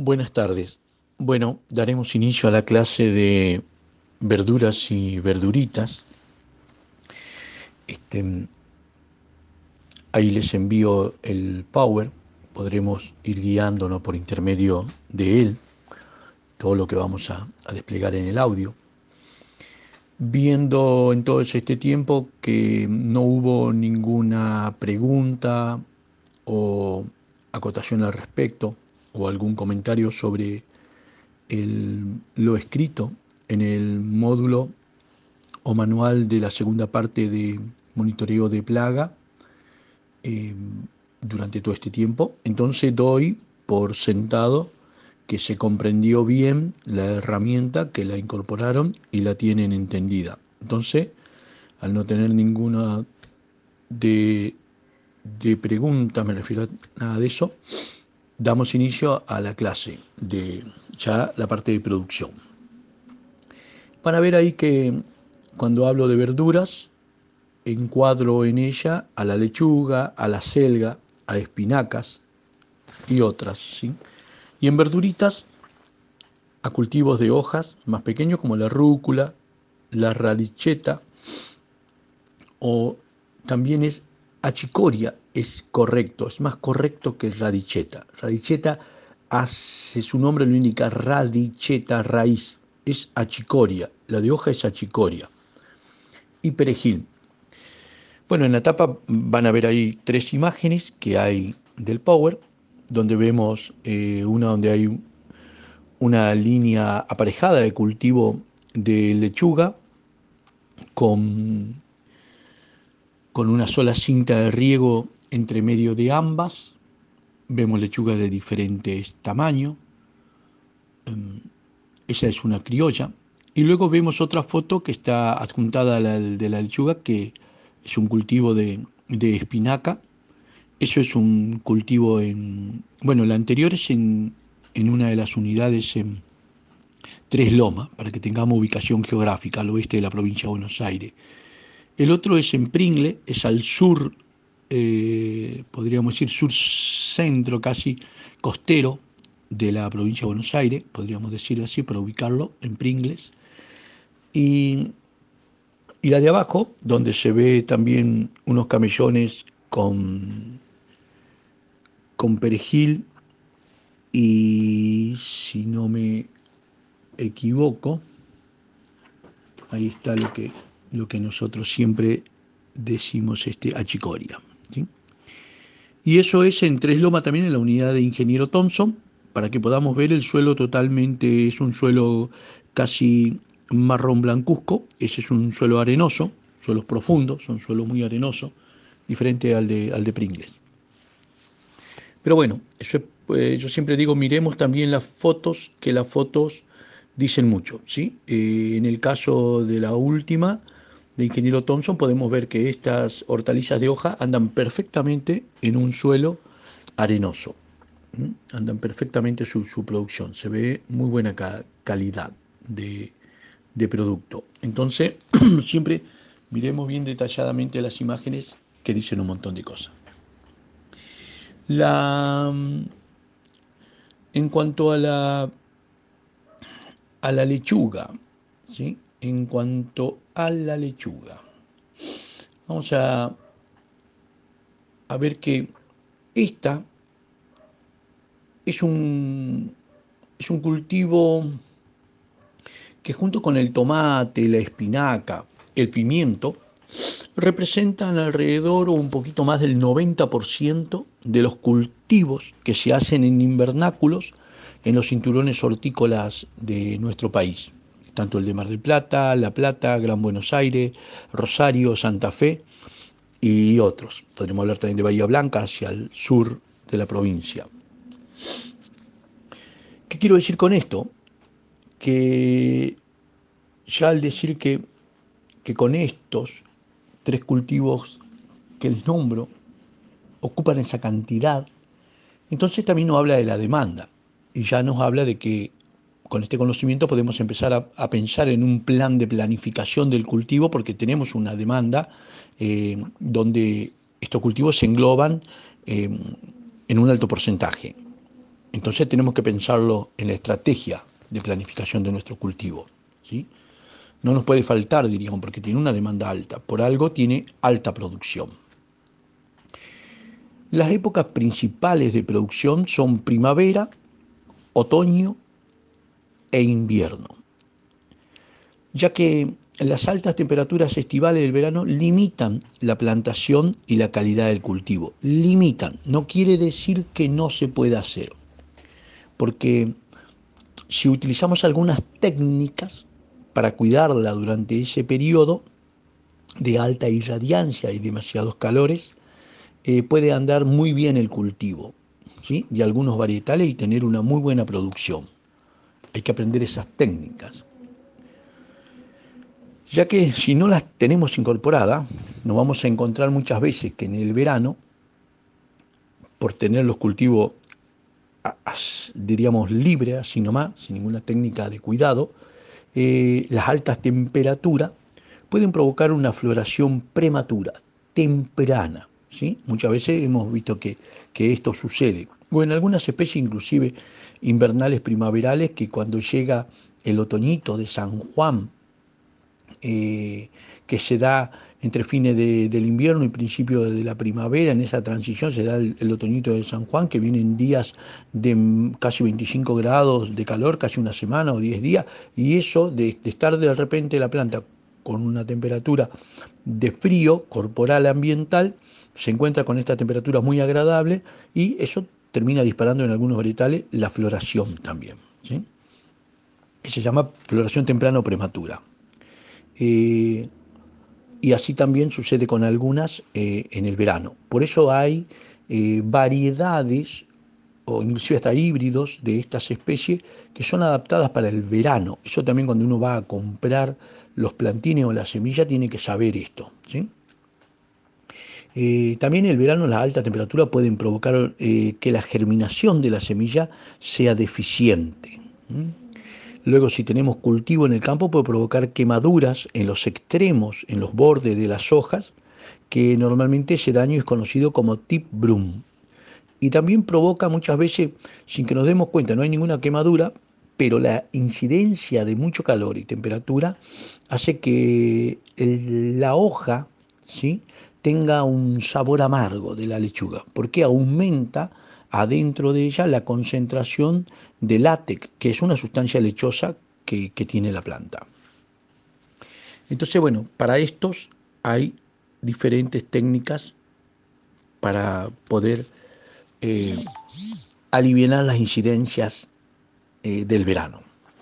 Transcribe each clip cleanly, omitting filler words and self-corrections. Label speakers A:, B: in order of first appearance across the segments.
A: Buenas tardes. Bueno, daremos inicio a la clase de verduras y verduritas. Este, Ahí les envío el Power. Podremos ir guiándonos por intermedio de él, todo lo que vamos a desplegar en el audio. Viendo en todo este tiempo que no hubo ninguna pregunta o acotación al respecto o algún comentario sobre lo escrito en el módulo o manual de la segunda parte de monitoreo de plaga eh, durante todo este tiempo. Entonces doy por sentado que se comprendió bien la herramienta, que la incorporaron y la tienen entendida. Entonces, al no tener ninguna de, de pregunta, me refiero a nada de eso, damos inicio a la clase de ya la parte de producción. Van a ver ahí que cuando hablo de verduras, encuadro en ella a la lechuga, a la selga, a espinacas y otras, ¿sí? Y en verduritas, a cultivos de hojas más pequeños como la rúcula, la radicheta, o también es achicoria, es correcto, es más correcto que radicheta. Radicheta hace, su nombre lo indica, radicheta, raíz, es achicoria, la de hoja es achicoria. Y perejil. Bueno, en la tapa van a ver ahí tres imágenes que hay del Power, donde vemos una donde hay una línea aparejada de cultivo de lechuga con, con una sola cinta de riego entre medio de ambas. Vemos lechuga de diferentes tamaños. Esa es una criolla. Y luego vemos otra foto que está adjuntada a la de la lechuga, que es un cultivo de espinaca. Eso es un cultivo bueno, la anterior es en una de las unidades en Tres Lomas, para que tengamos ubicación geográfica, al oeste de la provincia de Buenos Aires. El otro es en Pringle, es al sur, podríamos decir sur centro, casi costero de la provincia de Buenos Aires, podríamos decir así, para ubicarlo en Pringles. Y, y la de abajo, donde se ve también unos camellones con perejil y, si no me equivoco, ahí está lo que nosotros siempre decimos, achicoria, ¿sí? Y eso es en Tres Lomas también, en la unidad de Ingeniero Thompson, para que podamos ver el suelo totalmente, es un suelo casi marrón blancuzco, ese es un suelo arenoso, suelos profundos, son suelos muy arenosos, diferente al de Pringles. Pero bueno, yo siempre digo, miremos también las fotos, que las fotos dicen mucho, ¿sí? En el caso de la última, de Ingeniero Thompson, podemos ver que estas hortalizas de hoja andan perfectamente en un suelo arenoso. Andan perfectamente su producción. Se ve muy buena calidad de producto. Entonces, siempre miremos bien detalladamente las imágenes que dicen un montón de cosas. La, en cuanto a la lechuga, ¿sí? En cuanto a la lechuga, vamos a ver que esta es un cultivo que, junto con el tomate, la espinaca, el pimiento, representan alrededor o un poquito más del 90% de los cultivos que se hacen en invernáculos en los cinturones hortícolas de nuestro país, tanto el de Mar del Plata, La Plata, Gran Buenos Aires, Rosario, Santa Fe y otros. Podremos hablar también de Bahía Blanca, hacia el sur de la provincia. ¿Qué quiero decir con esto? Que ya al decir que con estos tres cultivos que les nombro ocupan esa cantidad, entonces también nos habla de la demanda y ya nos habla de que con este conocimiento podemos empezar a pensar en un plan de planificación del cultivo, porque tenemos una demanda donde estos cultivos se engloban en un alto porcentaje. Entonces tenemos que pensarlo en la estrategia de planificación de nuestro cultivo, ¿sí? No nos puede faltar, diríamos, porque tiene una demanda alta. Por algo tiene alta producción. Las épocas principales de producción son primavera, otoño e invierno, ya que las altas temperaturas estivales del verano limitan la plantación y la calidad del cultivo. Limitan, no quiere decir que no se pueda hacer, porque si utilizamos algunas técnicas para cuidarla durante ese periodo de alta irradiancia y demasiados calores, puede andar muy bien el cultivo, ¿sí?, de algunos varietales y tener una muy buena producción. Hay que aprender esas técnicas, ya que si no las tenemos incorporadas, nos vamos a encontrar muchas veces que en el verano, por tener los cultivos, diríamos, libres, así nomás, sin ninguna técnica de cuidado, las altas temperaturas pueden provocar una floración prematura, temprana, ¿sí? Muchas veces hemos visto que esto sucede. O en algunas especies inclusive invernales primaverales, que cuando llega el otoñito de San Juan, que se da entre fines del invierno y principios de la primavera, en esa transición se da el otoñito de San Juan, que vienen días de casi 25 grados de calor, casi una semana o 10 días, y eso de estar de repente la planta con una temperatura de frío corporal ambiental, se encuentra con esta temperatura muy agradable y eso termina disparando en algunos varietales la floración también, ¿sí? Que se llama floración temprana o prematura. Y así también sucede con algunas en el verano. Por eso hay variedades o inclusive hasta híbridos de estas especies que son adaptadas para el verano. Eso también, cuando uno va a comprar los plantines o la semilla, tiene que saber esto, ¿sí? También en el verano las altas temperaturas pueden provocar que la germinación de la semilla sea deficiente. Luego, si tenemos cultivo en el campo, puede provocar quemaduras en los extremos, en los bordes de las hojas, que normalmente ese daño es conocido como tip broom. Y también provoca muchas veces, sin que nos demos cuenta, no hay ninguna quemadura, pero la incidencia de mucho calor y temperatura hace que la hoja, ¿sí?, tenga un sabor amargo de la lechuga, porque aumenta adentro de ella la concentración de látex, que es una sustancia lechosa que tiene la planta. Entonces, bueno, para estos hay diferentes técnicas para poder eh, aliviar las incidencias del verano.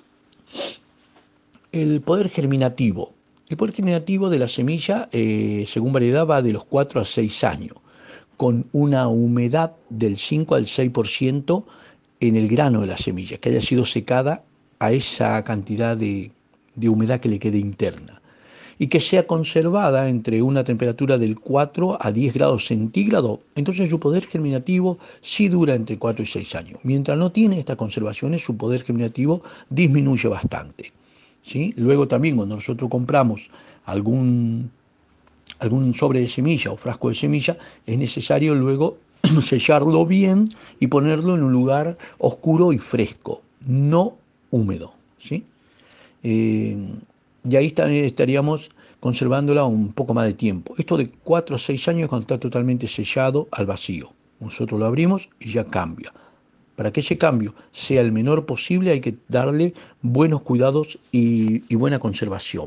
A: El poder germinativo. El poder germinativo de la semilla, según variedad, va de los 4 a 6 años, con una humedad del 5 al 6% en el grano de la semilla, que haya sido secada a esa cantidad de humedad que le quede interna, y que sea conservada entre una temperatura del 4 a 10 grados centígrados. Entonces su poder germinativo sí dura entre 4 y 6 años. Mientras no tiene estas conservaciones, su poder germinativo disminuye bastante, ¿sí? Luego también, cuando nosotros compramos algún sobre de semilla o frasco de semilla, es necesario luego sellarlo bien y ponerlo en un lugar oscuro y fresco, no húmedo, ¿sí? Eh, y ahí estaríamos conservándola un poco más de tiempo. Esto de 4 a 6 años, cuando está totalmente sellado al vacío. Nosotros lo abrimos y ya cambia. Para que ese cambio sea el menor posible, hay que darle buenos cuidados y buena conservación.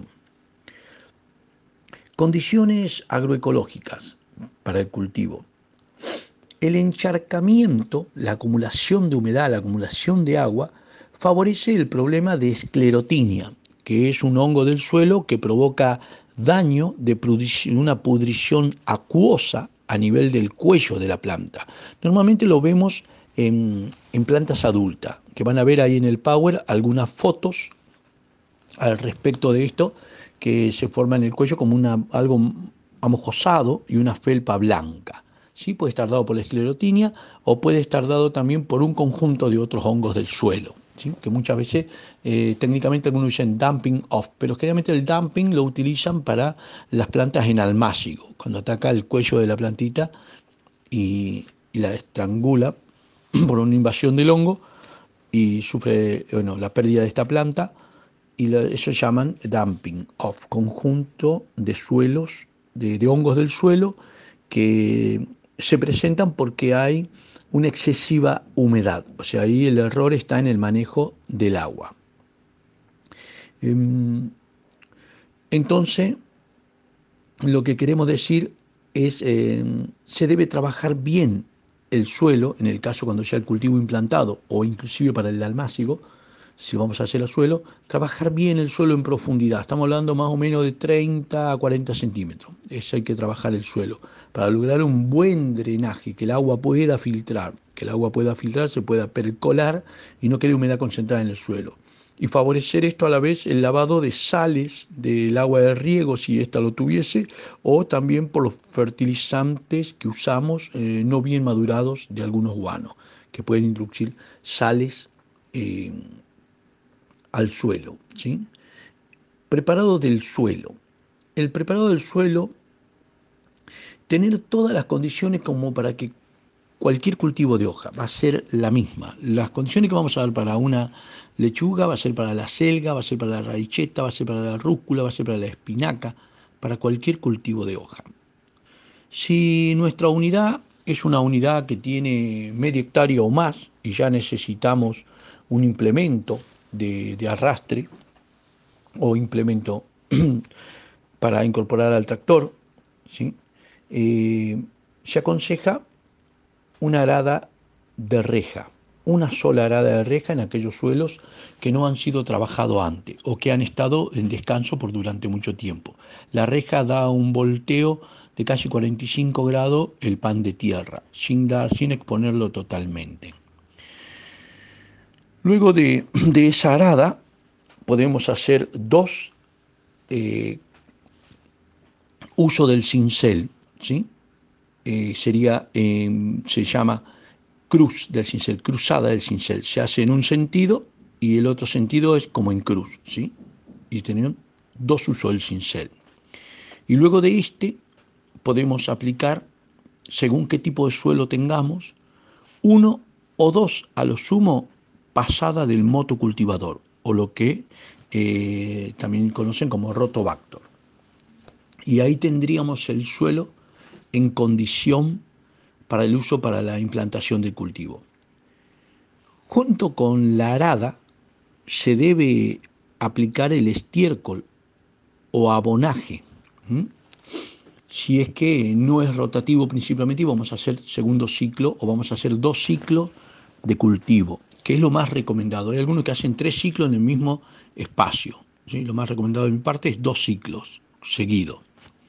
A: Condiciones agroecológicas para el cultivo. El encharcamiento, la acumulación de humedad, la acumulación de agua, favorece el problema de esclerotinia, que es un hongo del suelo que provoca daño de una pudrición acuosa a nivel del cuello de la planta. Normalmente lo vemos en plantas adultas, que van a ver ahí en el Power algunas fotos al respecto de esto, que se forma en el cuello como algo amojosado y una felpa blanca. ¿Sí? Puede estar dado por la esclerotinia o puede estar dado también por un conjunto de otros hongos del suelo, ¿sí? Que muchas veces técnicamente algunos dicen dumping off, pero generalmente el dumping lo utilizan para las plantas en almácigo, cuando ataca el cuello de la plantita y la estrangula por una invasión del hongo y sufre, bueno, la pérdida de esta planta y eso llaman dumping of, conjunto de suelos, de hongos del suelo que se presentan porque hay una excesiva humedad. O sea, ahí el error está en el manejo del agua. Entonces, lo que queremos decir es, se debe trabajar bien el suelo, en el caso cuando ya el cultivo implantado, o inclusive para el almácigo, si vamos a hacer el suelo, trabajar bien el suelo en profundidad. Estamos hablando más o menos de 30 a 40 centímetros. Eso hay que trabajar el suelo para lograr un buen drenaje, que el agua pueda filtrar, que el agua pueda filtrar, se pueda percolar y no quede humedad concentrada en el suelo. Y favorecer esto a la vez el lavado de sales del agua de riego, si ésta lo tuviese, o también por los fertilizantes que usamos no bien madurados de algunos guanos, que pueden introducir sales al suelo, ¿sí? Preparado del suelo. El preparado del suelo, tener todas las condiciones como para que cualquier cultivo de hoja va a ser la misma. Las condiciones que vamos a dar para una lechuga va a ser para la selga, va a ser para la raicheta, va a ser para la rúcula, va a ser para la espinaca, para cualquier cultivo de hoja. Si nuestra unidad es una unidad que tiene media hectárea o más y ya necesitamos un implemento de arrastre, o implemento para incorporar al tractor, ¿sí? Se aconseja una arada de reja, una sola arada de reja en aquellos suelos que no han sido trabajados antes o que han estado en descanso por durante mucho tiempo. La reja da un volteo de casi 45 grados el pan de tierra, sin exponerlo totalmente. Luego de esa arada podemos hacer dos uso del cincel, ¿sí? Se llama cruz del cincel, cruzada del cincel. Se hace en un sentido y el otro sentido es como en cruz, ¿sí? Y tenemos dos usos del cincel. Y luego de este podemos aplicar, según qué tipo de suelo tengamos, uno o dos a lo sumo pasada del motocultivador, o lo que también conocen como rotobactor. Y ahí tendríamos el suelo en condición para el uso para la implantación del cultivo. Junto con la arada se debe aplicar el estiércol o abonaje. Si es que no es rotativo principalmente y vamos a hacer segundo ciclo o vamos a hacer 2 ciclos de cultivo, que es lo más recomendado. Hay algunos que hacen 3 ciclos en el mismo espacio, ¿sí? Lo más recomendado de mi parte es 2 ciclos seguidos.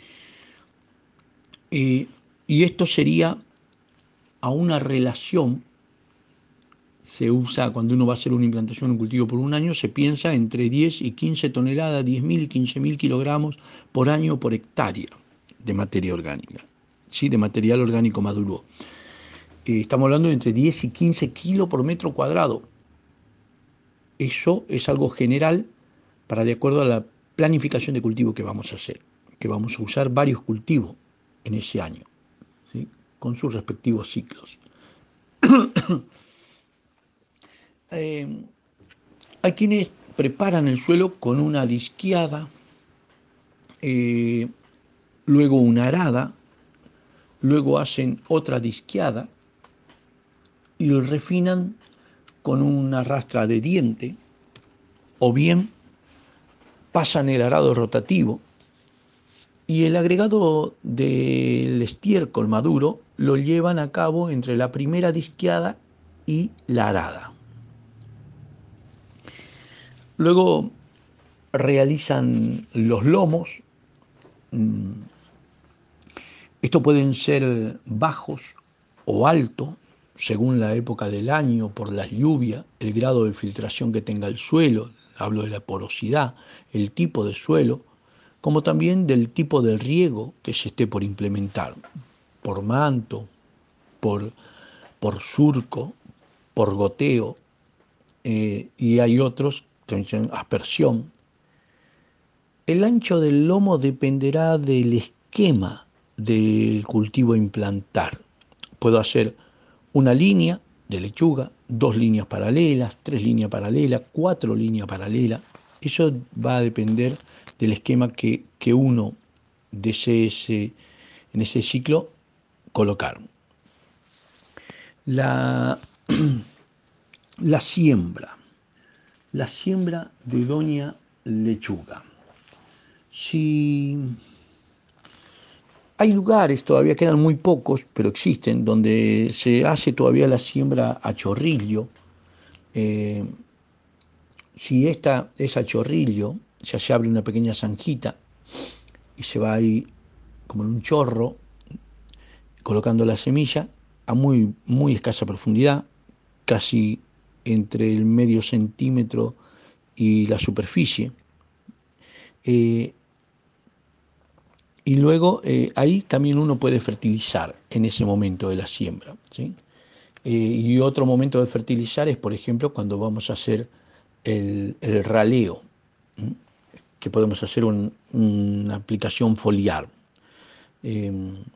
A: Y esto sería a una relación, se usa cuando uno va a hacer una implantación, un cultivo por un año, se piensa entre 10 y 15 toneladas, 10.000, 15.000 kilogramos por año por hectárea de materia orgánica, ¿sí? De material orgánico maduro. Estamos hablando de entre 10 y 15 kilos por metro cuadrado. Eso es algo general para de acuerdo a la planificación de cultivo que vamos a hacer, que vamos a usar varios cultivos en ese año, ¿sí? Con sus respectivos ciclos. Hay quienes preparan el suelo con una disquiada, luego una arada, luego hacen otra disquiada y lo refinan con una rastra de diente, o bien pasan el arado rotativo y el agregado del estiércol maduro lo llevan a cabo entre la primera disquiada y la arada. Luego realizan los lomos. Estos pueden ser bajos o altos, según la época del año, por las lluvias, el grado de filtración que tenga el suelo, hablo de la porosidad, el tipo de suelo, como también del tipo de riego que se esté por implementar, por manto, por, por surco, por goteo, y hay otros que dicen aspersión. El ancho del lomo dependerá del esquema del cultivo a implantar. Puedo hacer una línea de lechuga, 2 líneas paralelas, 3 líneas paralelas, 4 líneas paralelas. Eso va a depender del esquema que uno desee en ese ciclo colocar. La, la siembra, la siembra de doña lechuga. Si hay lugares, todavía quedan muy pocos, pero existen, donde se hace todavía la siembra a chorrillo. Eh, si esta es a chorrillo, ya se abre una pequeña zanjita y se va ahí como en un chorro, colocando la semilla a muy, muy escasa profundidad, casi entre el medio centímetro y la superficie. Eh, y luego ahí también uno puede fertilizar en ese momento de la siembra, ¿sí? Y otro momento de fertilizar es, por ejemplo, cuando vamos a hacer el raleo, ¿m? Que podemos hacer una aplicación foliar. Eh,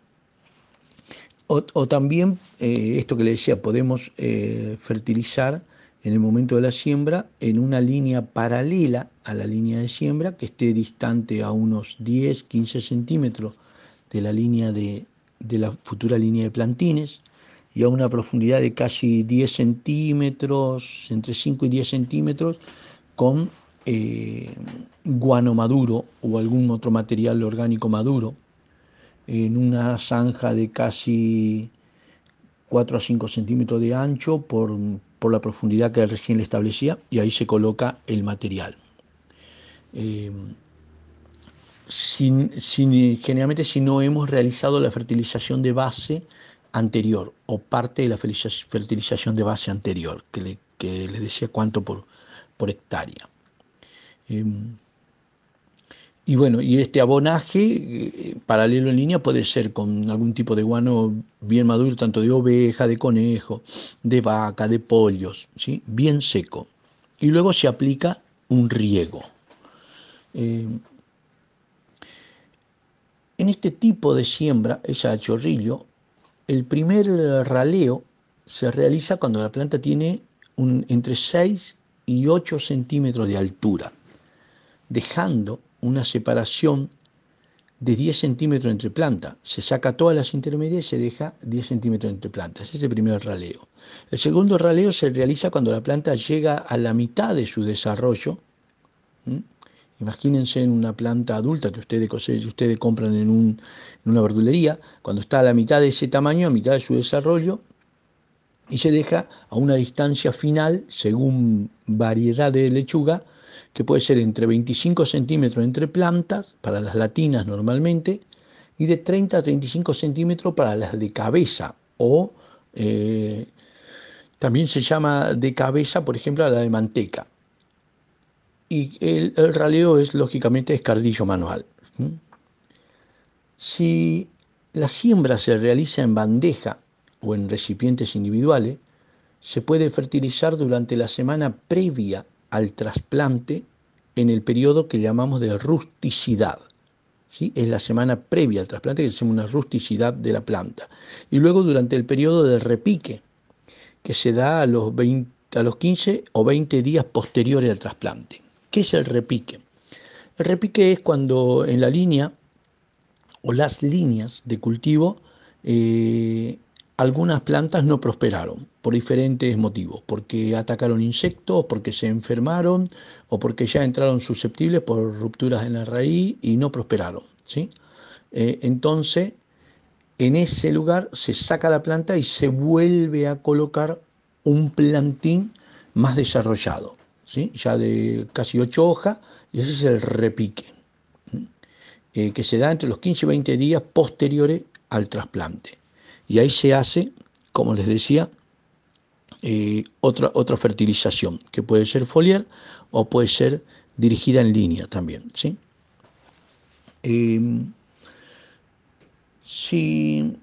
A: o también, esto que le decía, podemos fertilizar en el momento de la siembra en una línea paralela a la línea de siembra que esté distante a unos 10, 15 centímetros de la línea de la futura línea de plantines y a una profundidad de casi 10 centímetros, entre 5 y 10 centímetros, con guano maduro o algún otro material orgánico maduro en una zanja de casi 4 a 5 centímetros de ancho por la profundidad que recién le establecía, y ahí se coloca el material. Eh, Generalmente si no hemos realizado la fertilización de base anterior o parte de la fertilización de base anterior, que le decía cuánto por hectárea. Eh, Y bueno, y este abonaje paralelo en línea puede ser con algún tipo de guano bien maduro, tanto de oveja, de conejo, de vaca, de pollos, ¿sí? Bien seco. Y luego se aplica un riego. Eh, en este tipo de siembra, esa a chorrillo, el primer raleo se realiza cuando la planta tiene entre 6 y 8 centímetros de altura, dejando una separación de 10 centímetros entre plantas. Se saca todas las intermedias y se deja 10 centímetros entre plantas. Ese es el primer raleo. El segundo raleo se realiza cuando la planta llega a la mitad de su desarrollo. ¿Mm? Imagínense en una planta adulta que ustedes compran en una verdulería, cuando está a la mitad de ese tamaño, a mitad de su desarrollo, y se deja a una distancia final, según variedad de lechuga, que puede ser entre 25 centímetros entre plantas, para las latinas normalmente, y de 30 a 35 centímetros para las de cabeza, o también se llama de cabeza, por ejemplo, a la de manteca. Y el raleo es, lógicamente, escardillo manual. ¿Mm? Si la siembra se realiza en bandeja o en recipientes individuales, se puede fertilizar durante la semana previa al trasplante en el periodo que llamamos de rusticidad. ¿Sí? Es la semana previa al trasplante que se llama una rusticidad de la planta. Y luego durante el periodo de repique, que se da a los 15 o 20 días posteriores al trasplante. ¿Qué es el repique? El repique es cuando en la línea o las líneas de cultivo, eh, algunas plantas no prosperaron por diferentes motivos, porque atacaron insectos, porque se enfermaron o porque ya entraron susceptibles por rupturas en la raíz y no prosperaron, ¿sí? Entonces, en ese lugar se saca la planta y se vuelve a colocar un plantín más desarrollado, ¿sí? Ya de casi 8 hojas, y ese es el repique, que se da entre los 15 y 20 días posteriores al trasplante. Y ahí se hace, como les decía, otra fertilización, que puede ser foliar o puede ser dirigida en línea también, ¿sí? Eh, si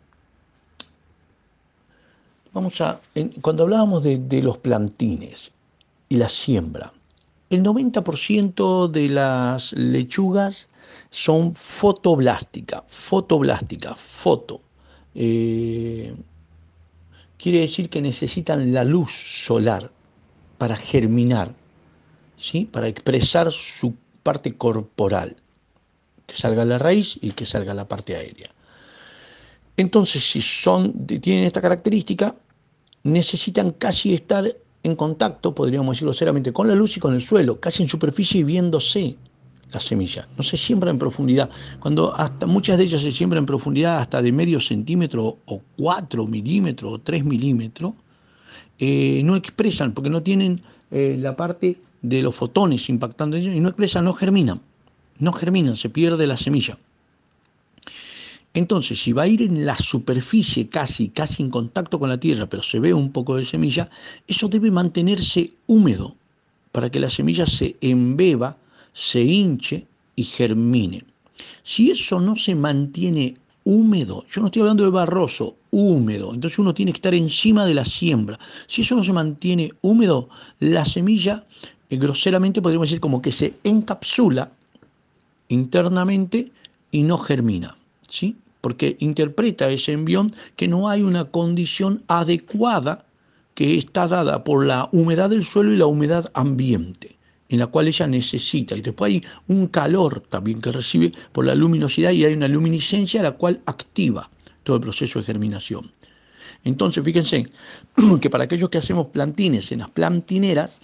A: cuando hablábamos de los plantines y la siembra, el 90% de las lechugas son fotoblásticas, foto. quiere decir que necesitan la luz solar para germinar, ¿sí? Para expresar su parte corporal, que salga la raíz y que salga la parte aérea. Entonces, si tienen esta característica, necesitan casi estar en contacto, podríamos decirlo seriamente, con la luz y con el suelo, casi en superficie y viéndose la semilla. No se siembra en profundidad. Cuando hasta muchas de ellas se siembran en profundidad hasta de medio centímetro o 4 milímetros o 3 milímetros, no expresan porque no tienen la parte de los fotones impactando en ellos y no expresan, no germinan, se pierde la semilla. Entonces, si va a ir en la superficie casi en contacto con la tierra, pero se ve un poco de semilla, eso debe mantenerse húmedo para que la semilla se embeba, se hinche y germine. Si eso no se mantiene húmedo, yo no estoy hablando de barroso, húmedo, entonces uno tiene que estar encima de la siembra. Si eso no se mantiene húmedo, la semilla, groseramente podríamos decir como que se encapsula internamente y no germina, ¿sí? Porque interpreta ese embrión que no hay una condición adecuada que está dada por la humedad del suelo y la humedad ambiente, en la cual ella necesita. Y después hay un calor también que recibe por la luminosidad y hay una luminiscencia la cual activa todo el proceso de germinación. Entonces, fíjense que para aquellos que hacemos plantines en las plantineras,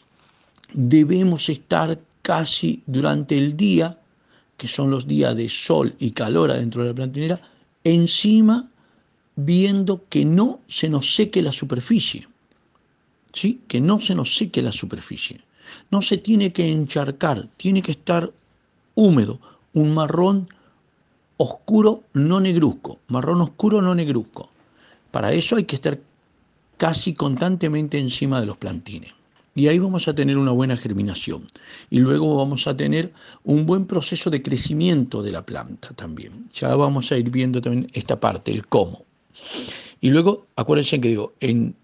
A: debemos estar casi durante el día, que son los días de sol y calor adentro de la plantinera, encima viendo que no se nos seque la superficie, ¿sí? Que no se nos seque la superficie. No se tiene que encharcar, tiene que estar húmedo, un marrón oscuro no negruzco, marrón oscuro no negruzco. Para eso hay que estar casi constantemente encima de los plantines. Y ahí vamos a tener una buena germinación. Y luego vamos a tener un buen proceso de crecimiento de la planta también. Ya vamos a ir viendo también esta parte, el cómo. Y luego, acuérdense que digo,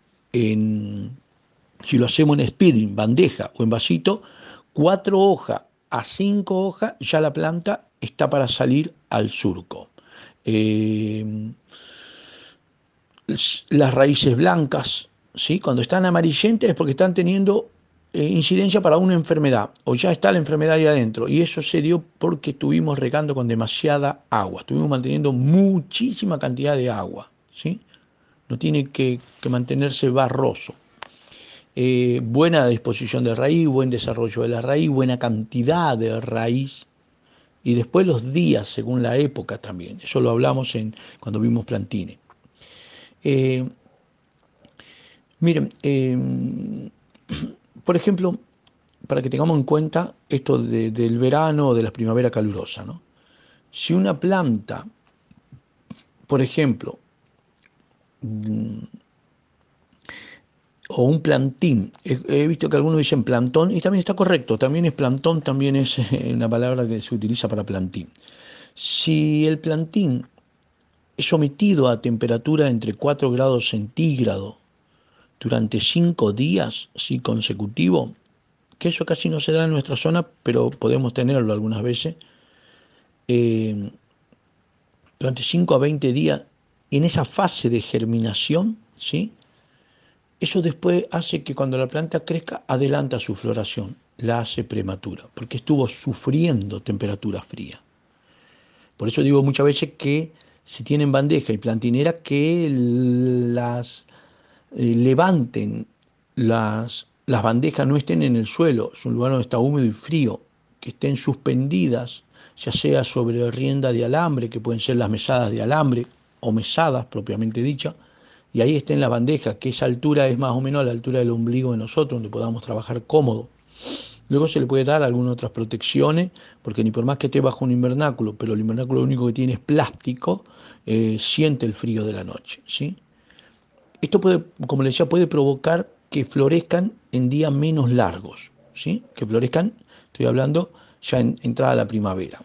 A: si lo hacemos en speeding, bandeja o en vasito, 4 hojas a 5 hojas, ya la planta está para salir al surco. Eh, las raíces blancas, ¿sí? Cuando están amarillentas es porque están teniendo incidencia para una enfermedad, o ya está la enfermedad ahí adentro, y eso se dio porque estuvimos regando con demasiada agua, estuvimos manteniendo muchísima cantidad de agua, ¿sí? No tiene que mantenerse barroso. Buena disposición de raíz, buen desarrollo de la raíz, buena cantidad de raíz, y después los días según la época también, eso lo hablamos cuando vimos plantines. Eh, Miren, por ejemplo, para que tengamos en cuenta esto del verano o de la primavera calurosa, ¿no? Si una planta, por ejemplo, o un plantín, he visto que algunos dicen plantón y también está correcto, también es plantón, también es una palabra que se utiliza para plantín. Si el plantín es sometido a temperatura entre 4 grados centígrados durante 5 días, sí, consecutivos, que eso casi no se da en nuestra zona, pero podemos tenerlo algunas veces, eh, durante 5 a 20 días, en esa fase de germinación, ¿sí? Eso después hace que cuando la planta crezca, adelanta su floración, la hace prematura, porque estuvo sufriendo temperatura fría. Por eso digo muchas veces que si tienen bandeja y plantinera, que las levanten las bandejas, no estén en el suelo, es un lugar donde está húmedo y frío, que estén suspendidas, ya sea sobre rienda de alambre, que pueden ser las mesadas de alambre o mesadas propiamente dicha, y ahí estén las bandejas, que esa altura es más o menos a la altura del ombligo de nosotros, donde podamos trabajar cómodo. Luego se le puede dar algunas otras protecciones, porque ni por más que esté bajo un invernáculo, pero el invernáculo lo único que tiene es plástico, siente el frío de la noche, ¿sí? Esto puede, como les decía, puede provocar que florezcan en días menos largos, ¿sí? Que florezcan, estoy hablando ya en entrada a la primavera.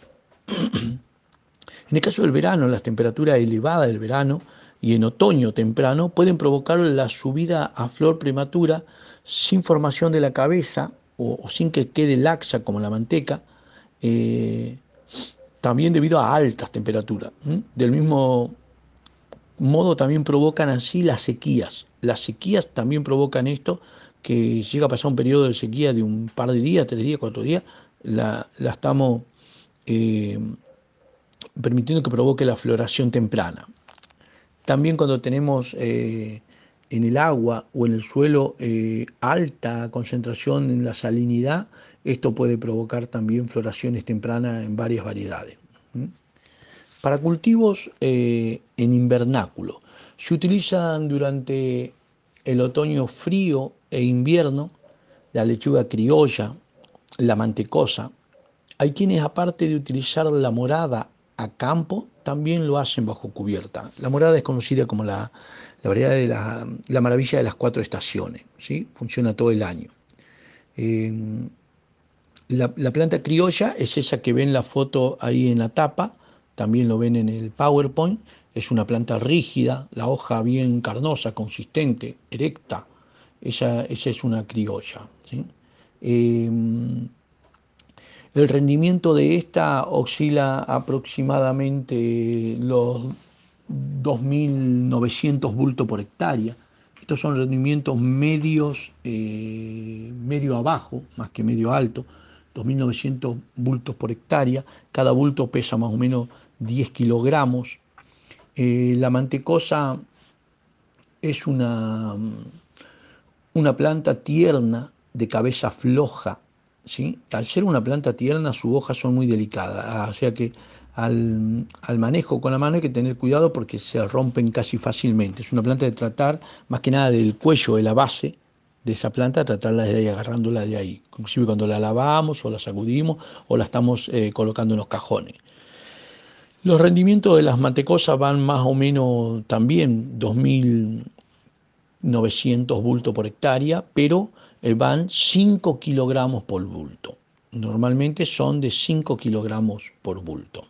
A: En el caso del verano, las temperaturas elevadas del verano y en otoño temprano pueden provocar la subida a flor prematura sin formación de la cabeza o sin que quede laxa como la manteca, eh, también debido a altas temperaturas. ¿M? Del mismo modo también provocan así las sequías. Las sequías también provocan esto, que llega a pasar un periodo de sequía de un par de días, 3 días, 4 días, la estamos eh, permitiendo que provoque la floración temprana. También cuando tenemos en el agua o en el suelo alta concentración en la salinidad, esto puede provocar también floraciones tempranas en varias variedades. ¿Mm? Para cultivos en invernáculo, se utilizan durante el otoño frío e invierno la lechuga criolla, la mantecosa. Hay quienes, aparte de utilizar la morada a campo, también lo hacen bajo cubierta. La morada es conocida como la variedad de la maravilla de las 4 estaciones, ¿sí? Funciona todo el año. Eh, la planta criolla es esa que ven la foto ahí en la tapa, también lo ven en el PowerPoint. Es una planta rígida, la hoja bien carnosa, consistente, erecta. Esa es una criolla, ¿sí? Eh, el rendimiento de esta oscila aproximadamente los 2.900 bultos por hectárea. Estos son rendimientos medios, medio abajo, más que medio alto, 2.900 bultos por hectárea. Cada bulto pesa más o menos 10 kilogramos. La mantecosa es una planta tierna de cabeza floja, ¿sí? Al ser una planta tierna, sus hojas son muy delicadas, o sea que al manejo con la mano hay que tener cuidado porque se rompen casi fácilmente. Es una planta de tratar más que nada del cuello, de la base de esa planta, tratarla de ahí, agarrándola de ahí. Inclusive cuando la lavamos o la sacudimos o la estamos colocando en los cajones. Los rendimientos de las mantecosas van más o menos también 2.900 bultos por hectárea, pero van 5 kilogramos por bulto. Normalmente son de 5 kilogramos por bulto.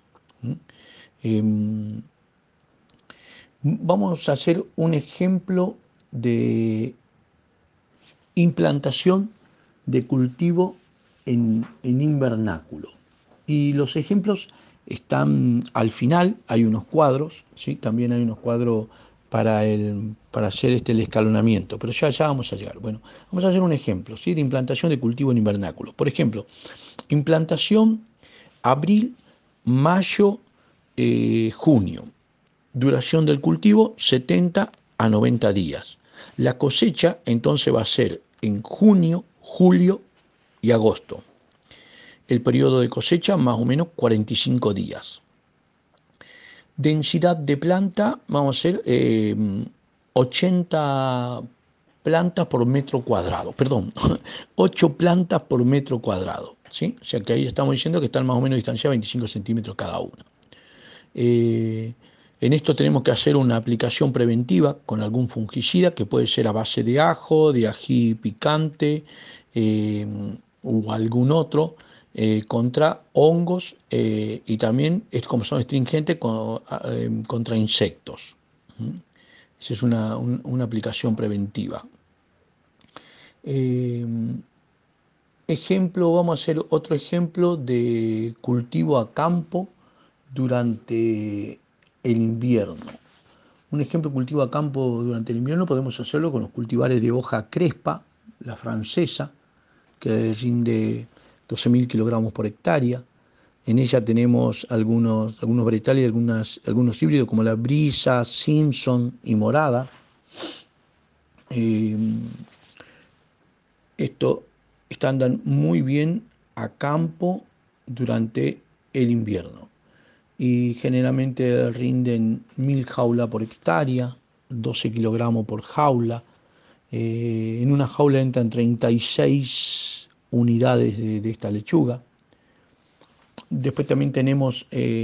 A: Eh, Vamos a hacer un ejemplo de implantación de cultivo en invernáculo. Y los ejemplos están al final, hay unos cuadros, ¿sí? También hay unos cuadros para hacer el escalonamiento, pero ya vamos a llegar. Bueno, vamos a hacer un ejemplo, ¿sí? De implantación de cultivo en invernáculo. Por ejemplo, implantación abril, mayo, junio. Duración del cultivo 70 a 90 días. La cosecha entonces va a ser en junio, julio y agosto. El periodo de cosecha más o menos 45 días. Densidad de planta, vamos a hacer 80 plantas por metro cuadrado, perdón, 8 plantas por metro cuadrado, ¿sí? O sea que ahí estamos diciendo que están más o menos distanciadas 25 centímetros cada una. En esto tenemos que hacer una aplicación preventiva con algún fungicida que puede ser a base de ajo, de ají picante eh, o algún otro contra hongos y también, como son astringentes, contra insectos. ¿Mm? Esa es una aplicación preventiva. Eh, Vamos a hacer otro ejemplo de cultivo a campo durante el invierno. Un ejemplo de cultivo a campo durante el invierno podemos hacerlo con los cultivares de hoja crespa, la francesa, que rinde 12.000 kilogramos por hectárea. En ella tenemos algunos varietales y algunos híbridos como la brisa, Simpson y morada. Eh, Esto andan muy bien a campo durante el invierno y generalmente rinden 1.000 jaulas por hectárea, 12 kilogramos por jaula. En una jaula entran 36 unidades de esta lechuga. Después también tenemos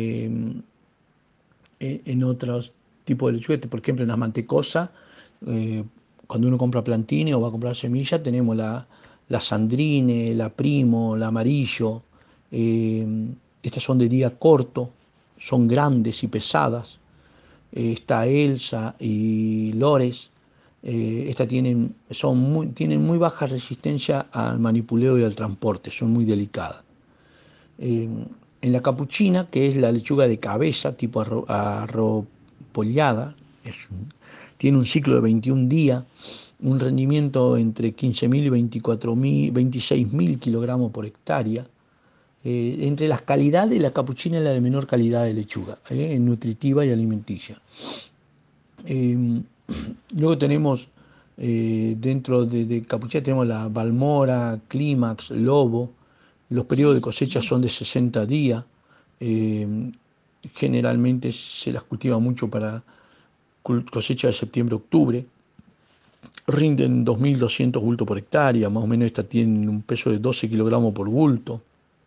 A: en otros tipos de lechuga, por ejemplo en las mantecosas, eh, cuando uno compra plantines o va a comprar semillas, tenemos la sandrine, la primo, la amarillo. eh, Estas son de día corto, son grandes y pesadas. Está Elsa y Lores. Estas tienen muy baja resistencia al manipuleo y al transporte, son muy delicadas. Eh, en la capuchina, que es la lechuga de cabeza, tipo arropollada, Tiene un ciclo de 21 días, un rendimiento entre 15.000 y 24.000, 26.000 kilogramos por hectárea. Entre las calidades, la capuchina es la de menor calidad de lechuga, nutritiva y alimenticia. Eh, Luego tenemos, dentro de capuchina tenemos la Balmora, Clímax, Lobo. Los periodos de cosecha son de 60 días. Eh, Generalmente se las cultiva mucho para cosecha de septiembre-octubre. Rinden 2.200 bultos por hectárea, más o menos esta tiene un peso de 12 kilogramos por bulto.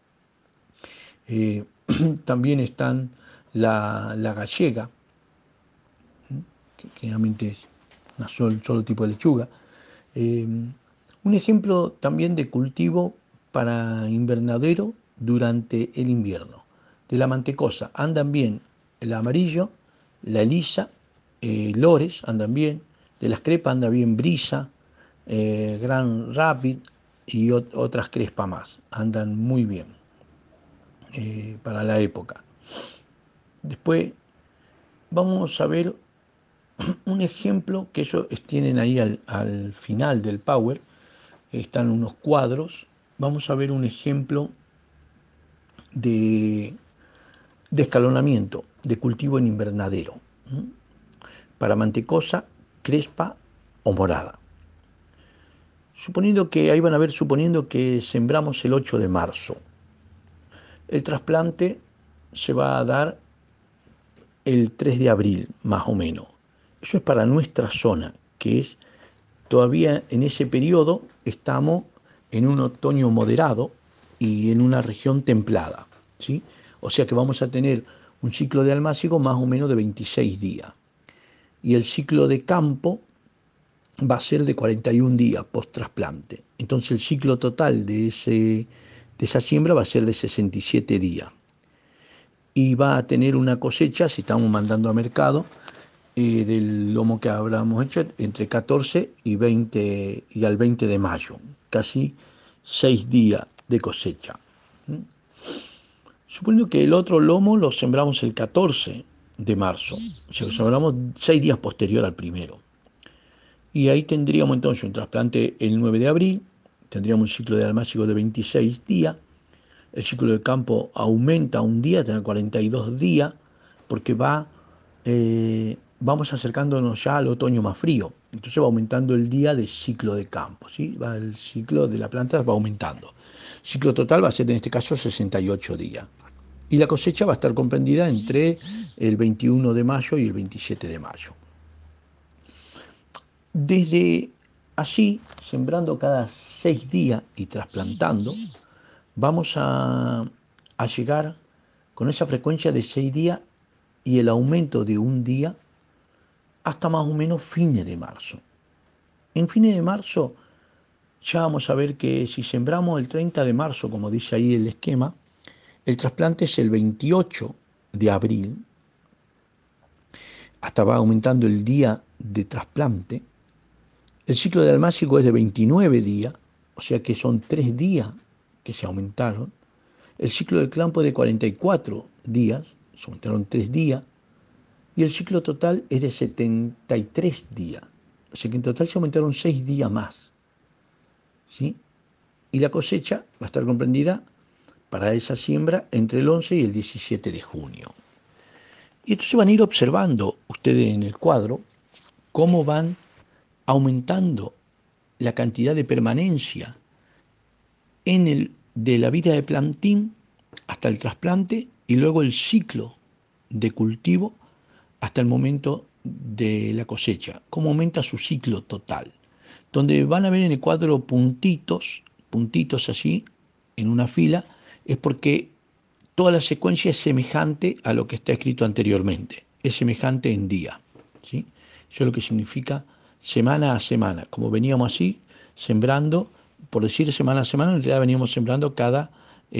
A: Eh, También están la gallega, que generalmente es solo tipo de lechuga. Eh, un ejemplo también de cultivo para invernadero durante el invierno. De la mantecosa andan bien el amarillo, la elisa, lores andan bien, de las crepas anda bien brisa, gran rapid y otras crespas más, andan muy bien para la época. Después vamos a ver un ejemplo que ellos tienen ahí al final del Power, están unos cuadros. Vamos a ver un ejemplo de, de escalonamiento, de cultivo en invernadero, para mantecosa, crespa o morada. Suponiendo que, ahí van a ver, suponiendo que sembramos el 8 de marzo, el trasplante se va a dar el 3 de abril, más o menos. Eso es para nuestra zona, que es todavía en ese periodo estamos en un otoño moderado y en una región templada, ¿sí? O sea que vamos a tener un ciclo de almácigo más o menos de 26 días. Y el ciclo de campo va a ser de 41 días post trasplante. Entonces el ciclo total de esa siembra va a ser de 67 días. Y va a tener una cosecha, si estamos mandando a mercado, del lomo que habríamos hecho entre 14 y 20 y al 20 de mayo, casi 6 días de cosecha. Suponiendo que el otro lomo lo sembramos el 14 de marzo, o sea, lo sembramos 6 días posterior al primero. Y ahí tendríamos entonces un trasplante el 9 de abril, tendríamos un ciclo de almácigo de 26 días, el ciclo de campo aumenta un día, tener 42 días, porque vamos acercándonos ya al otoño más frío. Entonces va aumentando el día de ciclo de campo, ¿sí? El ciclo de la planta va aumentando. El ciclo total va a ser en este caso 68 días. Y la cosecha va a estar comprendida entre el 21 de mayo y el 27 de mayo. Desde así, sembrando cada 6 días y trasplantando, vamos a llegar con esa frecuencia de 6 días y el aumento de un día hasta más o menos fines de marzo. En fines de marzo ya vamos a ver que si sembramos el 30 de marzo, como dice ahí el esquema, el trasplante es el 28 de abril, hasta va aumentando el día de trasplante. El ciclo de almácigo es de 29 días, o sea que son 3 días que se aumentaron. El ciclo del campo es de 44 días, se aumentaron 3 días. Y el ciclo total es de 73 días. O sea que en total se aumentaron 6 días más. ¿Sí? Y la cosecha va a estar comprendida para esa siembra entre el 11 y el 17 de junio. Y entonces van a ir observando ustedes en el cuadro cómo van aumentando la cantidad de permanencia de la vida de plantín hasta el trasplante y luego el ciclo de cultivo hasta el momento de la cosecha, cómo aumenta su ciclo total, donde van a ver en el cuadro puntitos, puntitos así, en una fila, es porque toda la secuencia es semejante a lo que está escrito anteriormente, es semejante en día, ¿sí? Eso es lo que significa semana a semana, como veníamos así, sembrando, por decir semana a semana, en realidad veníamos sembrando cada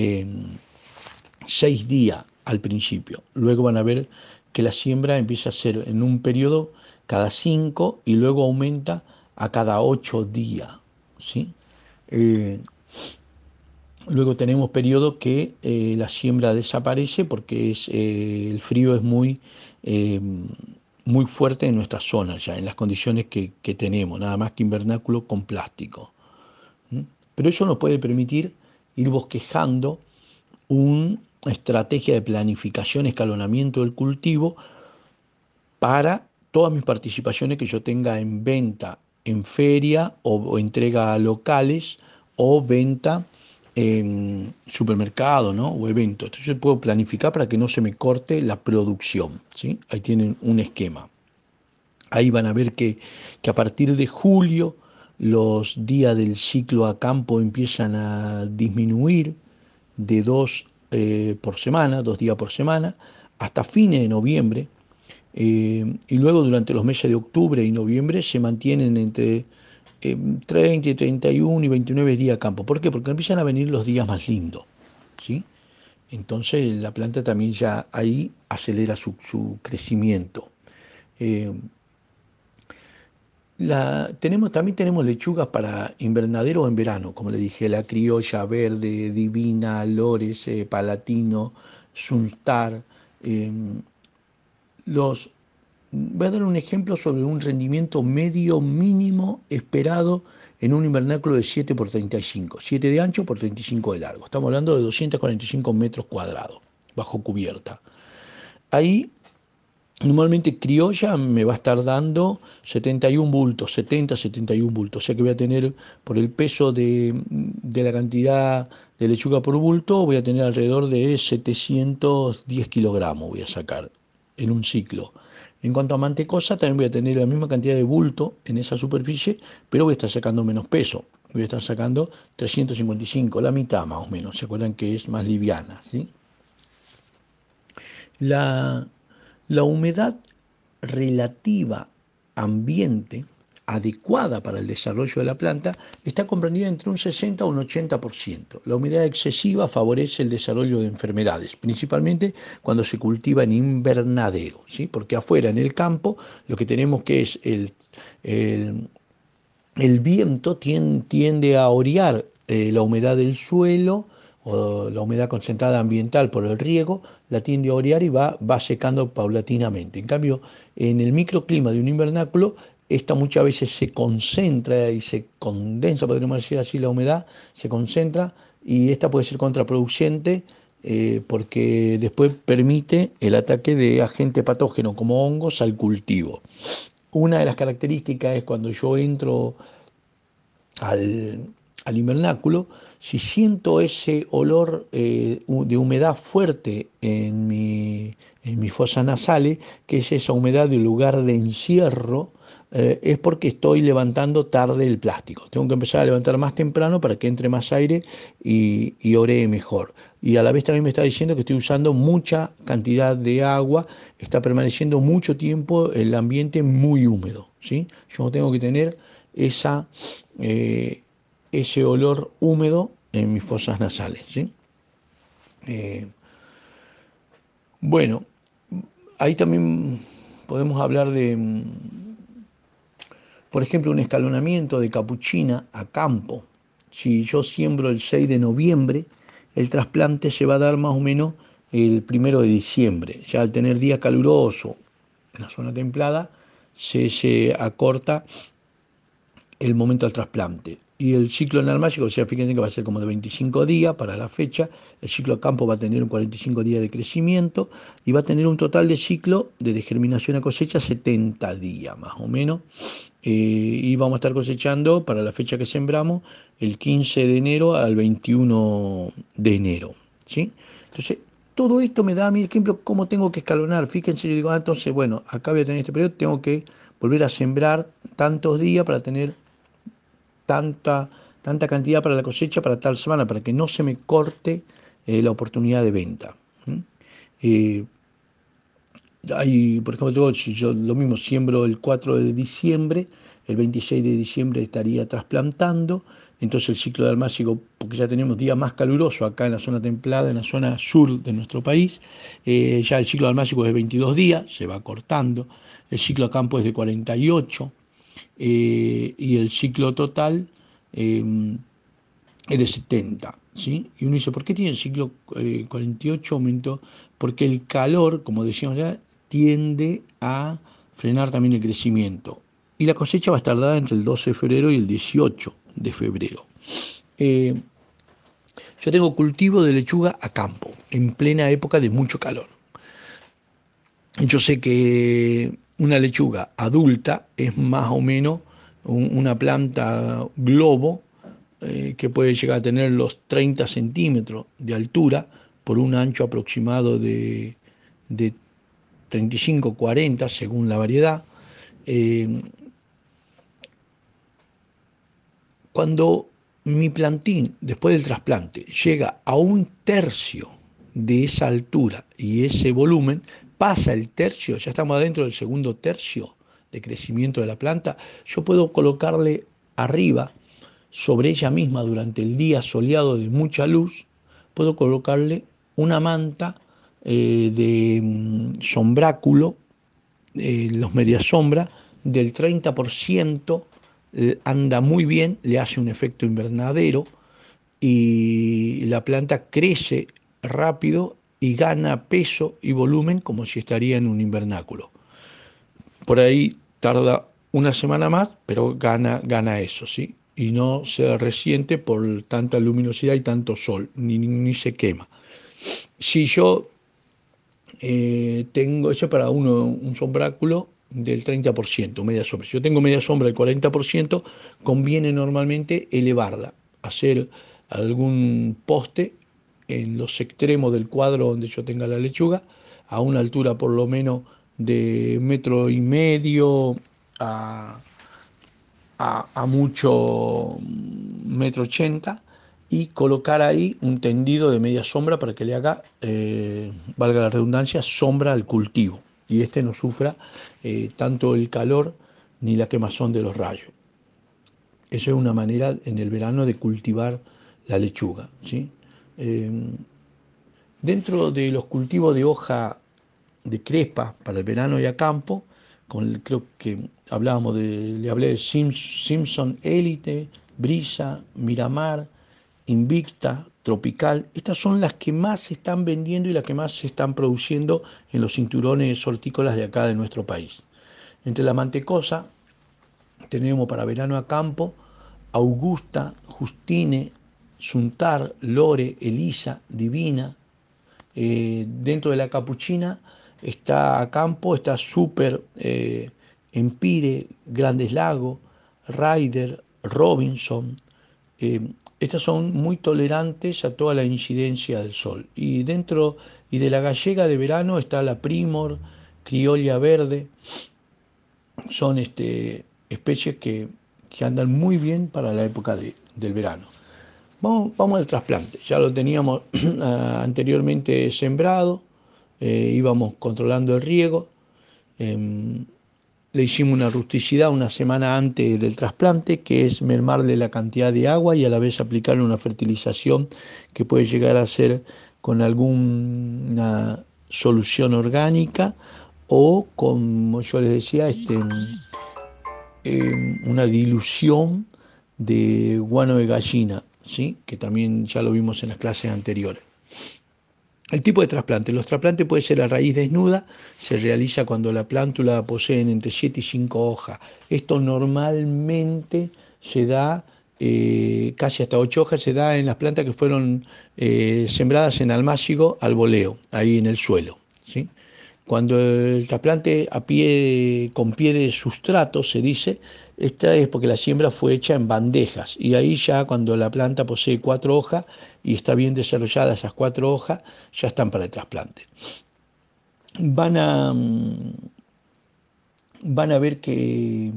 A: 6 días al principio. Luego van a ver que la siembra empieza a ser en un periodo cada 5 y luego aumenta a cada 8 días. ¿Sí? Eh, Luego tenemos periodos que la siembra desaparece porque el frío es muy, muy fuerte en nuestra zona ya, en las condiciones que tenemos, nada más que invernáculo con plástico. ¿Mm? Pero eso nos puede permitir ir bosquejando una estrategia de planificación, escalonamiento del cultivo para todas mis participaciones que yo tenga en venta en feria o entrega a locales o venta en supermercado, ¿no? O eventos. Entonces yo puedo planificar para que no se me corte la producción, ¿sí? Ahí tienen un esquema. Ahí van a ver que a partir de julio los días del ciclo a campo empiezan a disminuir de dos por semana, 2 días por semana, hasta fines de noviembre. Y luego durante los meses de octubre y noviembre se mantienen entre 30 y 31 y 29 días a campo. ¿Por qué? Porque empiezan a venir los días más lindos, ¿sí? Entonces la planta también ya ahí acelera su crecimiento. Eh, también tenemos lechugas para invernadero o en verano, como le dije, la criolla verde, divina, lores, palatino, sultar. eh, los, Voy a dar un ejemplo sobre un rendimiento medio mínimo esperado en un invernáculo de 7 por 35, 7 de ancho por 35 de largo. Estamos hablando de 245 metros cuadrados bajo cubierta. Ahí normalmente criolla me va a estar dando 71 bultos, 70, 71 bultos. O sea que voy a tener, por el peso de la cantidad de lechuga por bulto, voy a tener alrededor de 710 kilogramos, voy a sacar en un ciclo. En cuanto a mantecosa, también voy a tener la misma cantidad de bulto en esa superficie, pero voy a estar sacando menos peso. Voy a estar sacando 355, la mitad más o menos. ¿Se acuerdan que es más liviana? ¿Sí? La, la humedad relativa ambiente adecuada para el desarrollo de la planta está comprendida entre un 60 o un 80%. La humedad excesiva favorece el desarrollo de enfermedades, principalmente cuando se cultiva en invernadero, ¿sí? Porque afuera en el campo lo que tenemos que es el, el viento tiende a orear la humedad del suelo o la humedad concentrada ambiental por el riego, la tiende a orear y va secando paulatinamente. En cambio, en el microclima de un invernáculo, esta muchas veces se concentra y se condensa, podríamos decir así, la humedad se concentra y esta puede ser contraproducente porque después permite el ataque de agentes patógenos como hongos al cultivo. Una de las características es cuando yo entro al invernáculo, si siento ese olor de humedad fuerte en mis fosas nasales, que es esa humedad del lugar de encierro, es porque estoy levantando tarde el plástico. Tengo que empezar a levantar más temprano para que entre más aire y oree mejor. Y a la vez también me está diciendo que estoy usando mucha cantidad de agua, está permaneciendo mucho tiempo el ambiente muy húmedo, ¿sí? Yo no tengo que tener esa, eh, ese olor húmedo en mis fosas nasales, ¿sí? Eh, bueno, ahí también podemos hablar de, por ejemplo, un escalonamiento de capuchina a campo. Si yo siembro el 6 de noviembre, el trasplante se va a dar más o menos el 1 de diciembre. Ya al tener día caluroso en la zona templada, se acorta el momento del trasplante. Y el ciclo enalmásico, o sea, fíjense que va a ser como de 25 días para la fecha, el ciclo a campo va a tener un 45 días de crecimiento y va a tener un total de ciclo de germinación a cosecha 70 días más o menos. Y vamos a estar cosechando para la fecha que sembramos el 15 de enero al 21 de enero, ¿sí? Entonces, todo esto me da a mí ejemplo cómo tengo que escalonar. Fíjense, yo digo, entonces, bueno, acá voy a tener este periodo, tengo que volver a sembrar tantos días para tener tanta, tanta cantidad para la cosecha para tal semana, para que no se me corte la oportunidad de venta. Eh, por ejemplo, si yo lo mismo siembro el 4 de diciembre, el 26 de diciembre estaría trasplantando, entonces el ciclo de almácigo, porque ya tenemos días más calurosos acá en la zona templada, en la zona sur de nuestro país, ya el ciclo de almácigo es de 22 días, se va cortando, el ciclo a campo es de 48, y el ciclo total es de 70, ¿sí? Y uno dice, ¿por qué tiene el ciclo 48 aumentó? Porque el calor, como decíamos ya, tiende a frenar también el crecimiento. Y la cosecha va a estar dada entre el 12 de febrero y el 18 de febrero. Eh, yo tengo cultivo de lechuga a campo, en plena época de mucho calor. Yo sé que una lechuga adulta es más o menos una planta globo que puede llegar a tener los 30 centímetros de altura por un ancho aproximado de 35-40 según la variedad. Eh, Cuando mi plantín, después del trasplante, llega a un tercio de esa altura y ese volumen, pasa el tercio, ya estamos adentro del segundo tercio de crecimiento de la planta, yo puedo colocarle arriba, sobre ella misma durante el día soleado de mucha luz, puedo colocarle una manta de sombráculo, los mediasombra, del 30%, anda muy bien, le hace un efecto invernadero y la planta crece rápido y gana peso y volumen como si estaría en un invernáculo. Por ahí tarda una semana más, pero gana eso, ¿sí? Y no se resiente por tanta luminosidad y tanto sol, ni se quema. Si yo tengo eso para uno, un sombráculo del 30%, media sombra. Si yo tengo media sombra del 40%, conviene normalmente elevarla, hacer algún poste en los extremos del cuadro donde yo tenga la lechuga, a una altura por lo menos de 1,5 metros a mucho 1,80 m, y colocar ahí un tendido de media sombra para que le haga, valga la redundancia, sombra al cultivo y este no sufra tanto el calor ni la quemazón de los rayos. Eso es una manera en el verano de cultivar la lechuga, ¿sí? Eh, Dentro de los cultivos de hoja de crespa para el verano y a campo, creo que le hablé de Simpson Elite, Brisa, Miramar, Invicta, Tropical. Estas son las que más se están vendiendo y las que más se están produciendo en los cinturones hortícolas de acá de nuestro país. Entre la mantecosa tenemos para verano a campo Augusta, Justine, Suntar, Lore, Elisa, Divina. Dentro de la capuchina está a campo, está Super, Empire, Grandes Lagos, Ryder, Robinson. Eh, Estas son muy tolerantes a toda la incidencia del sol. Y dentro y de la gallega de verano está la Primor, Criolla Verde. Son especies que andan muy bien para la época del verano. Vamos al trasplante. Ya lo teníamos anteriormente sembrado, íbamos controlando el riego, le hicimos una rusticidad una semana antes del trasplante, que es mermarle la cantidad de agua y a la vez aplicarle una fertilización que puede llegar a ser con alguna solución orgánica o, como yo les decía, una dilución de guano de gallina, ¿sí? Que también ya lo vimos en las clases anteriores. El tipo de trasplante. Los trasplantes puede ser a raíz desnuda, se realiza cuando la plántula posee entre 7 y 5 hojas. Esto normalmente se da, casi hasta 8 hojas, se da en las plantas que fueron sembradas en almácigo al voleo, ahí en el suelo, ¿sí? Cuando el trasplante con pie de sustrato se dice, esta es porque la siembra fue hecha en bandejas y ahí ya cuando la planta posee 4 hojas y está bien desarrollada esas 4 hojas, ya están para el trasplante. Van a, van a ver que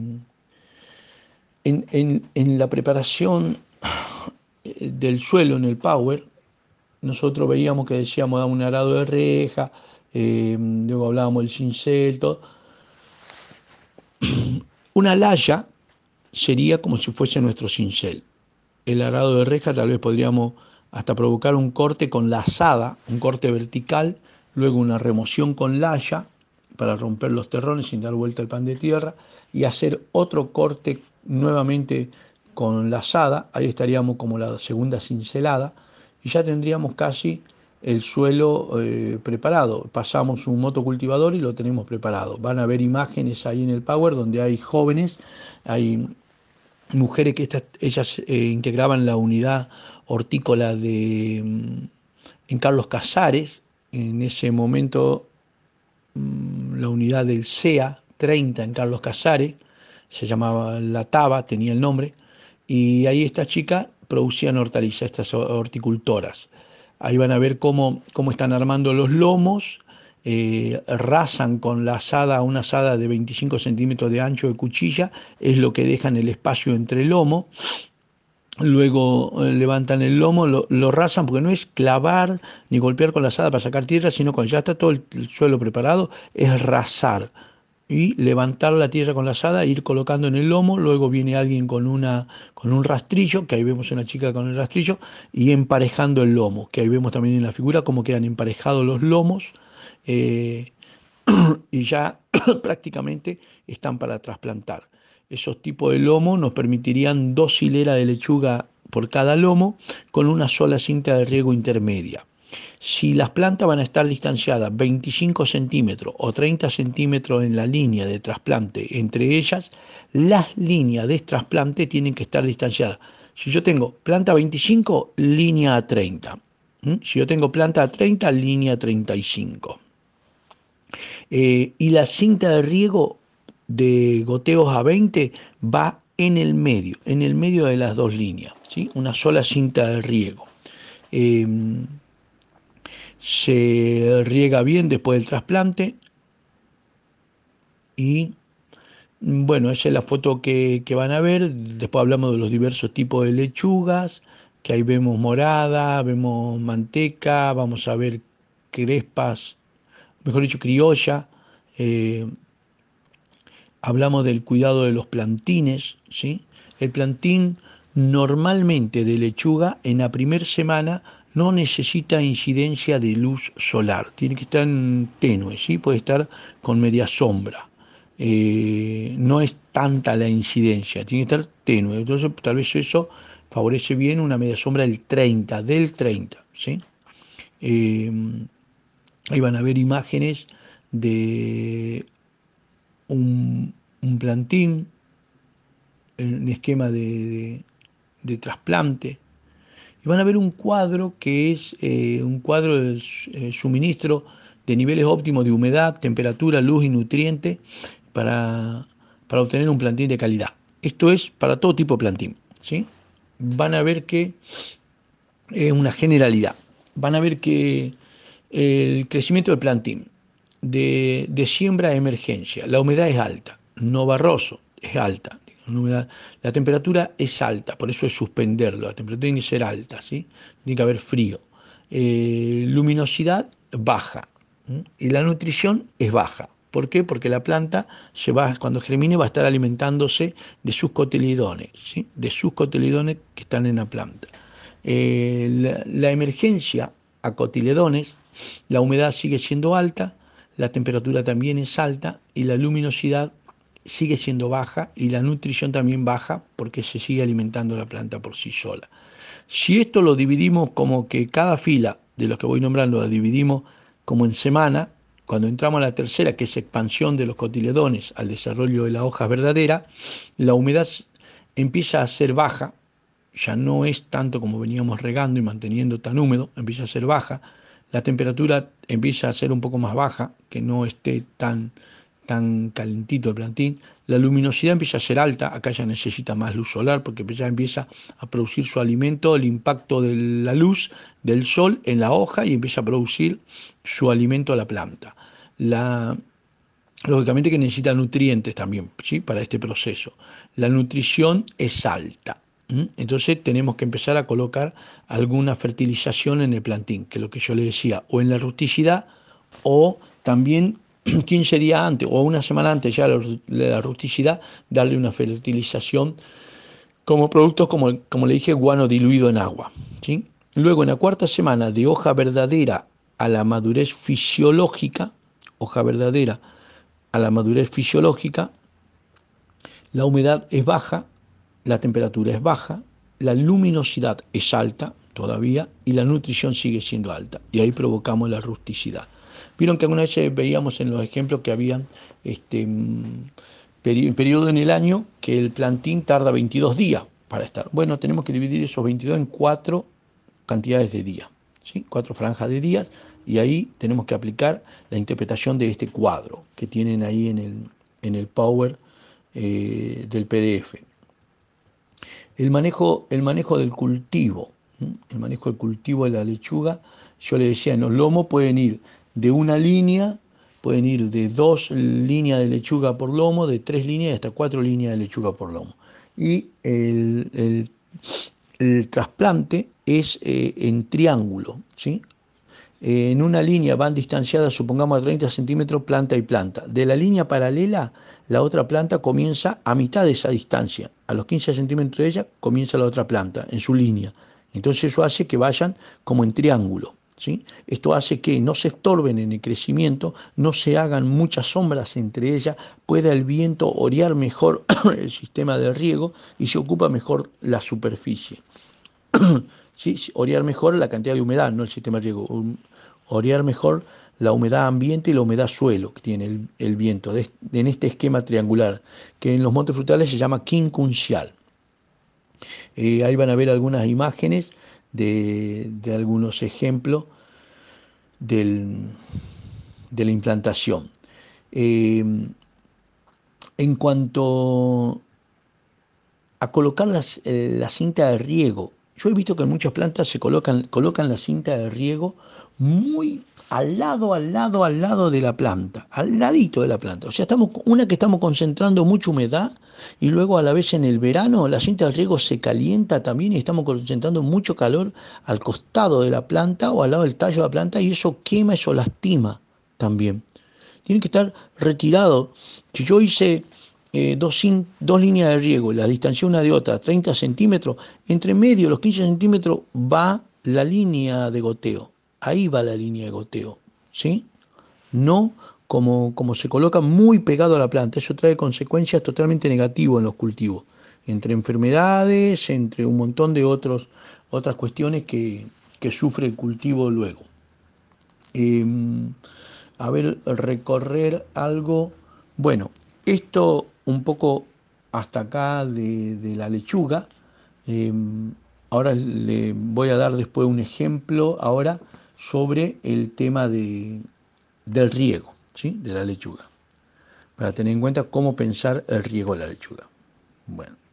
A: en la preparación del suelo, en el power, nosotros veíamos que decíamos un arado de reja, luego hablábamos del cincel, todo. Una laya sería como si fuese nuestro cincel. El arado de reja tal vez podríamos hasta provocar un corte con lazada, un corte vertical, luego una remoción con laya para romper los terrones sin dar vuelta al pan de tierra y hacer otro corte nuevamente con lazada, ahí estaríamos como la segunda cincelada y ya tendríamos casi el suelo preparado. Pasamos un motocultivador y lo tenemos preparado. Van a ver imágenes ahí en el Power donde hay jóvenes, hay mujeres que ellas integraban la unidad hortícola en Carlos Casares. En ese momento la unidad del CEA 30 en Carlos Casares, se llamaba La Taba, tenía el nombre, y ahí estas chicas producían hortalizas, estas horticultoras. Ahí van a ver cómo están armando los lomos, rasan con la asada, una asada de 25 centímetros de ancho de cuchilla, es lo que dejan el espacio entre el lomo. Luego levantan el lomo, lo rasan, porque no es clavar ni golpear con la azada para sacar tierra, sino cuando ya está todo el suelo preparado, es rasar y levantar la tierra con la azada, e ir colocando en el lomo. Luego viene alguien con un rastrillo, que ahí vemos una chica con el rastrillo, y emparejando el lomo, que ahí vemos también en la figura cómo quedan emparejados los lomos. eh, y ya prácticamente están para trasplantar. Esos tipos de lomo nos permitirían 2 hileras de lechuga por cada lomo con una sola cinta de riego intermedia. Si las plantas van a estar distanciadas 25 centímetros o 30 centímetros en la línea de trasplante entre ellas, las líneas de trasplante tienen que estar distanciadas. Si yo tengo planta 25, línea a 30. Si yo tengo planta a 30, línea a 35. Y la cinta de riego de goteos a 20 va en el medio de las dos líneas, ¿sí? Una sola cinta de riego. Eh, Se riega bien después del trasplante y bueno, esa es la foto que van a ver. Después hablamos de los diversos tipos de lechugas, que ahí vemos morada, vemos manteca, vamos a ver crespas, mejor dicho, criolla. eh, Hablamos del cuidado de los plantines, ¿sí? El plantín normalmente de lechuga en la primera semana no necesita incidencia de luz solar, tiene que estar en tenue, ¿sí? Puede estar con media sombra. No es tanta la incidencia, tiene que estar tenue. Entonces, tal vez eso favorece bien una media sombra del 30, ¿sí? Eh, Ahí van a ver imágenes de un plantín en esquema de trasplante. Y van a ver un cuadro que es un cuadro de suministro de niveles óptimos de humedad, temperatura, luz y nutriente para, para obtener un plantín de calidad. Esto es para todo tipo de plantín, ¿sí? Van a ver que es una generalidad. Van a ver que el crecimiento del plantín de siembra a emergencia, la humedad es alta, no barroso, es alta. La temperatura es alta, por eso es suspenderlo, la temperatura tiene que ser alta, ¿sí? Tiene que haber frío. Luminosidad baja, ¿sí? Y la nutrición es baja. ¿Por qué? Porque la planta cuando germine va a estar alimentándose de sus cotiledones, ¿sí? De sus cotiledones que están en la planta. La emergencia a cotiledones, la humedad sigue siendo alta, la temperatura también es alta y la luminosidad sigue siendo baja y la nutrición también baja porque se sigue alimentando la planta por sí sola. Si esto lo dividimos como que cada fila de los que voy nombrando la dividimos como en semana, cuando entramos a la tercera, que es expansión de los cotiledones al desarrollo de la hoja verdadera, la humedad empieza a ser baja, ya no es tanto como veníamos regando y manteniendo tan húmedo, empieza a ser baja, la temperatura empieza a ser un poco más baja, que no esté tan calentito el plantín, la luminosidad empieza a ser alta, acá ya necesita más luz solar porque ya empieza a producir su alimento, el impacto de la luz del sol en la hoja y empieza a producir su alimento a la planta. Lógicamente que necesita nutrientes también, ¿sí? Para este proceso. La nutrición es alta. Entonces tenemos que empezar a colocar alguna fertilización en el plantín, que es lo que yo le decía, o en la rusticidad, o también 15 días antes, o una semana antes ya de la rusticidad, darle una fertilización como productos, como le dije, guano diluido en agua, ¿sí? Luego, en la cuarta semana de hoja verdadera a la madurez fisiológica, hoja verdadera a la madurez fisiológica, la humedad es baja, la temperatura es baja, la luminosidad es alta, todavía, y la nutrición sigue siendo alta, y ahí provocamos la rusticidad. Vieron que alguna vez veíamos en los ejemplos que habían periodo en el año que el plantín tarda 22 días para estar. Bueno, tenemos que dividir esos 22 en 4 cantidades de días, ¿sí? 4 franjas de días, y ahí tenemos que aplicar la interpretación de este cuadro que tienen ahí en el Power del PDF. El manejo del cultivo, el manejo del cultivo de la lechuga, yo le decía, en los lomos pueden ir de una línea, pueden ir de 2 líneas de lechuga por lomo, de 3 líneas hasta 4 líneas de lechuga por lomo. Y el trasplante es en triángulo, ¿sí? En una línea van distanciadas, supongamos a 30 centímetros, planta y planta. De la línea paralela, la otra planta comienza a mitad de esa distancia. A los 15 centímetros de ella comienza la otra planta en su línea. Entonces eso hace que vayan como en triángulo, ¿sí? Esto hace que no se estorben en el crecimiento, no se hagan muchas sombras entre ellas, pueda el viento orear mejor el sistema de riego y se ocupa mejor la superficie. ¿Sí? Orear mejor la cantidad de humedad, no el sistema de riego. Orear mejor la humedad ambiente y la humedad suelo que tiene el viento, en este esquema triangular, que en los montes frutales se llama quincuncial. Ahí van a ver algunas imágenes de algunos ejemplos del- de la implantación. Eh, en cuanto a colocar la cinta de riego. Yo he visto que en muchas plantas se colocan la cinta de riego muy al lado de la planta, al ladito de la planta. O sea, una que estamos concentrando mucha humedad y luego a la vez en el verano la cinta de riego se calienta también y estamos concentrando mucho calor al costado de la planta o al lado del tallo de la planta y eso quema, eso lastima también. Tiene que estar retirado. Si yo hice dos líneas de riego, la distancia una de otra, 30 centímetros, entre medio, los 15 centímetros, va la línea de goteo. Ahí va la línea de goteo, ¿sí? No como se coloca muy pegado a la planta. Eso trae consecuencias totalmente negativas en los cultivos, entre enfermedades, entre un montón de otras cuestiones que sufre el cultivo luego. A ver, recorrer algo. Bueno, esto un poco hasta acá de la lechuga. Eh, Ahora le voy a dar después un ejemplo ahora sobre el tema del riego, ¿sí? De la lechuga, para tener en cuenta cómo pensar el riego de la lechuga. Bueno.